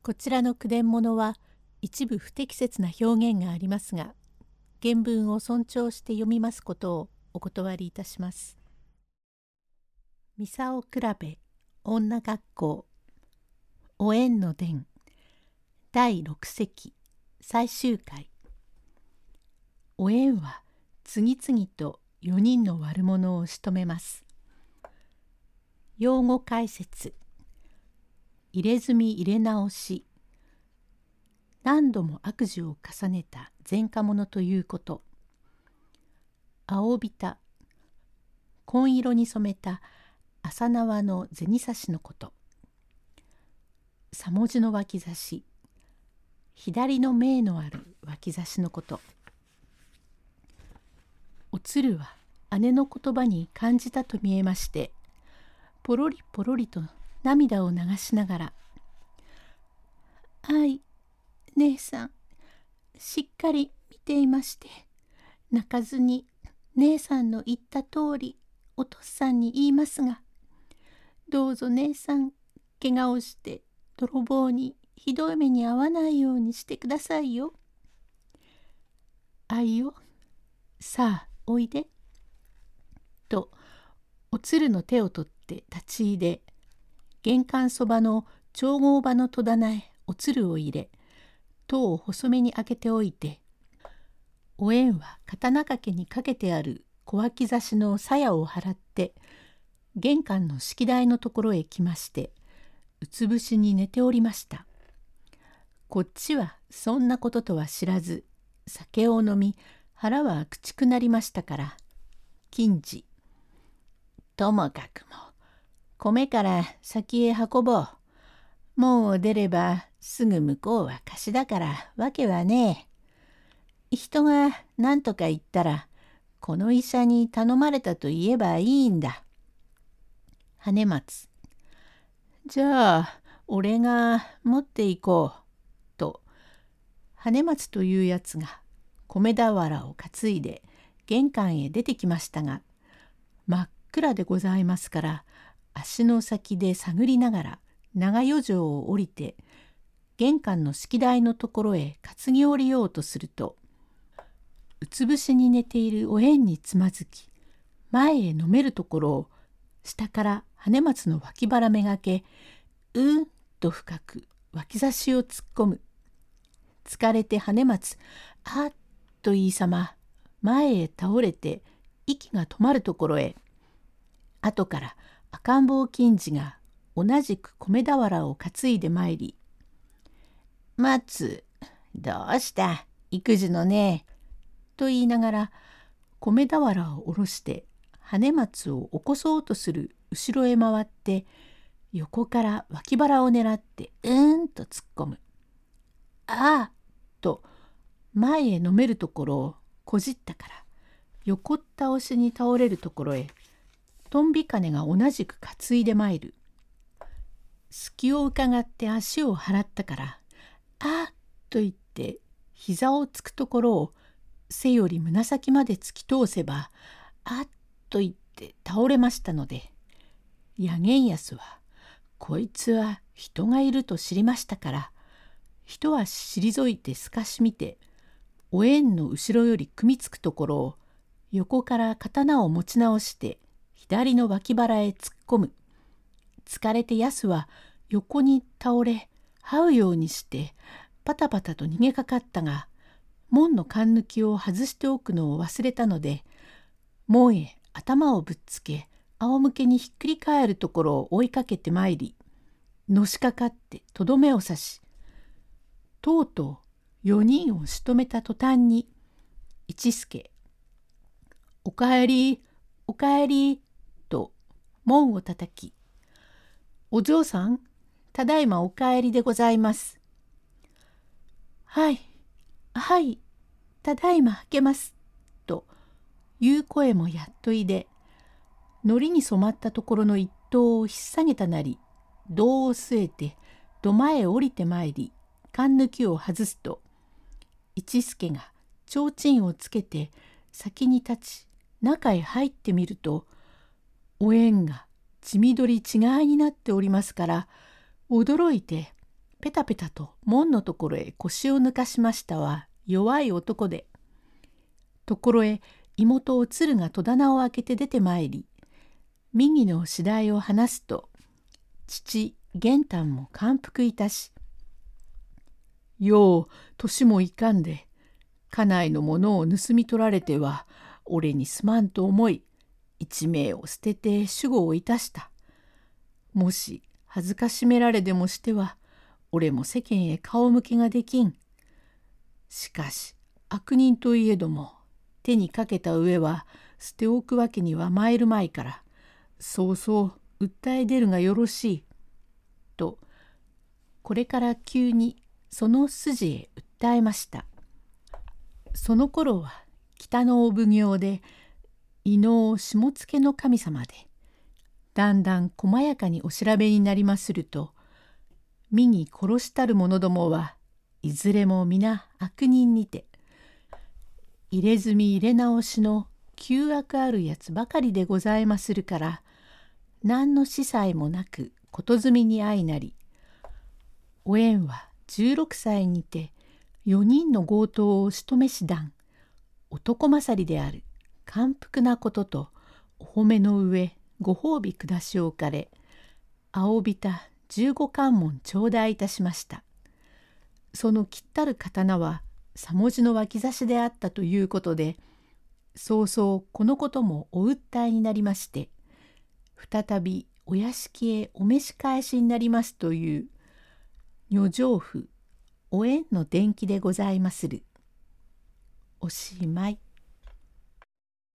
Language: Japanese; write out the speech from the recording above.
こちらの句伝物は一部不適切な表現がありますが、原文を尊重して読みますことをお断りいたします。ミサオ比べ女学校お縁の伝第6席最終回。お縁は次々と4人の悪者を仕留めます。用語解説。入れ墨入れ直し。何度も悪事を重ねた前科者ということ。青びた。紺色に染めた朝縄の銭差しのこと。さもじの脇差し。左の銘のある脇差しのこと。おつるは姉の言葉に感じたと見えまして、ポロリポロリと涙を流しながら、あい、姉さん、しっかり見ていまして、泣かずに姉さんの言った通りお父さんに言いますが、どうぞ姉さん、怪我をして泥棒にひどい目に遭わないようにしてくださいよ。あいよ、さあおいで。と、おつるの手を取って立ち入れ、玄関そばの調合場の戸棚へおつるを入れ、戸を細めに開けておいて、お縁は刀掛けにかけてある小脇差しの鞘を払って、玄関の敷台のところへ来まして、うつ伏しに寝ておりました。こっちはそんなこととは知らず、酒を飲み、腹はくちくなりましたから、近次。ともかくも、米から先へ運ぼう。門を出ればすぐ向こうは貸しだからわけはねえ。人が何とか言ったら、この医者に頼まれたと言えばいいんだ。羽松。じゃあ、俺が持っていこう。と、羽松というやつが米俵を担いで玄関へ出てきましたが、真っ暗でございますから、足の先で探りながら長余剰を降りて、玄関の敷台のところへ担ぎ降りようとすると、うつ伏しに寝ているお縁につまずき、前へ飲めるところを下から羽松の脇腹めがけ、うんと深く脇差しを突っ込む。疲れて羽松、あっと言いさま、前へ倒れて息が止まるところへ、後から赤ん坊金次が同じく米俵を担いでまいり、松、どうした育児のねえ。と言いながら、米俵を下ろして、羽松を起こそうとする後ろへ回って、横から脇腹を狙ってと突っ込む。ああと前へ飲めるところをこじったから、横倒しに倒れるところへ、とんび金が同じく担いでまいる。隙をうかがって足を払ったから、ああと言って膝をつくところを背より胸先まで突き通せば、あっと言って倒れましたので、やげんやすはこいつは人がいると知りましたから、一足退いて透かし見て、お縁の後ろより組みつくところを横から刀を持ち直して左の脇腹へ突っ込む。疲れてやすは横に倒れ這うようにしてパタパタと逃げかかったが、門のかんぬきを外しておくのを忘れたので、門へ頭をぶっつけ仰向けにひっくり返るところを追いかけてまいり、のしかかってとどめを刺し、とうとう4人を仕留めた途端に、一助、おかえり、おかえり、と門をたたき、お嬢さん、ただいまおかえりでございます。はい、はい、ただいま開けます。という声もやっといで、のりに染まったところの一頭を引っ提げたなり、胴を据えて土間へ降りてまいり、かんぬきを外すと、一助が提灯をつけて先に立ち、中へ入ってみると、お縁が血みどり血がいになっておりますから、驚いてペタペタと門のところへ腰を抜かしましたは弱い男で、ところへ妹おつるが戸棚を開けて出てまいり、右の次第を話すと、父玄丹も感服いたし、よう年もいかんで、家内のものを盗み取られては俺にすまんと思い、一命を捨てて守護をいたした。もし恥ずかしめられでもしては、俺も世間へ顔向けができん。しかし悪人といえども、手にかけた上は捨ておくわけには参るまいから、そうそう訴え出るがよろしい。と、これから急にその筋へ訴えました。その頃は北のお奉行で、伊能下野の神様で、だんだん細やかにお調べになりますると、身に殺したる者どもはいずれも皆悪人にて、入れ墨入れ直しの旧悪あるやつばかりでございまするから、何の司祭もなくことづみに相なり、お縁は16歳にて4人の強盗をしとめし段、男勝りである感服なこととお褒めの上ご褒美下しおかれ、青びた15貫文頂戴いたしました。その切ったる刀はさもじの脇差しであったということで、そうそうこのこともお訴えになりまして、再びお屋敷へお召し返しになりますという女丈夫お縁の伝記でございまする。おしまい。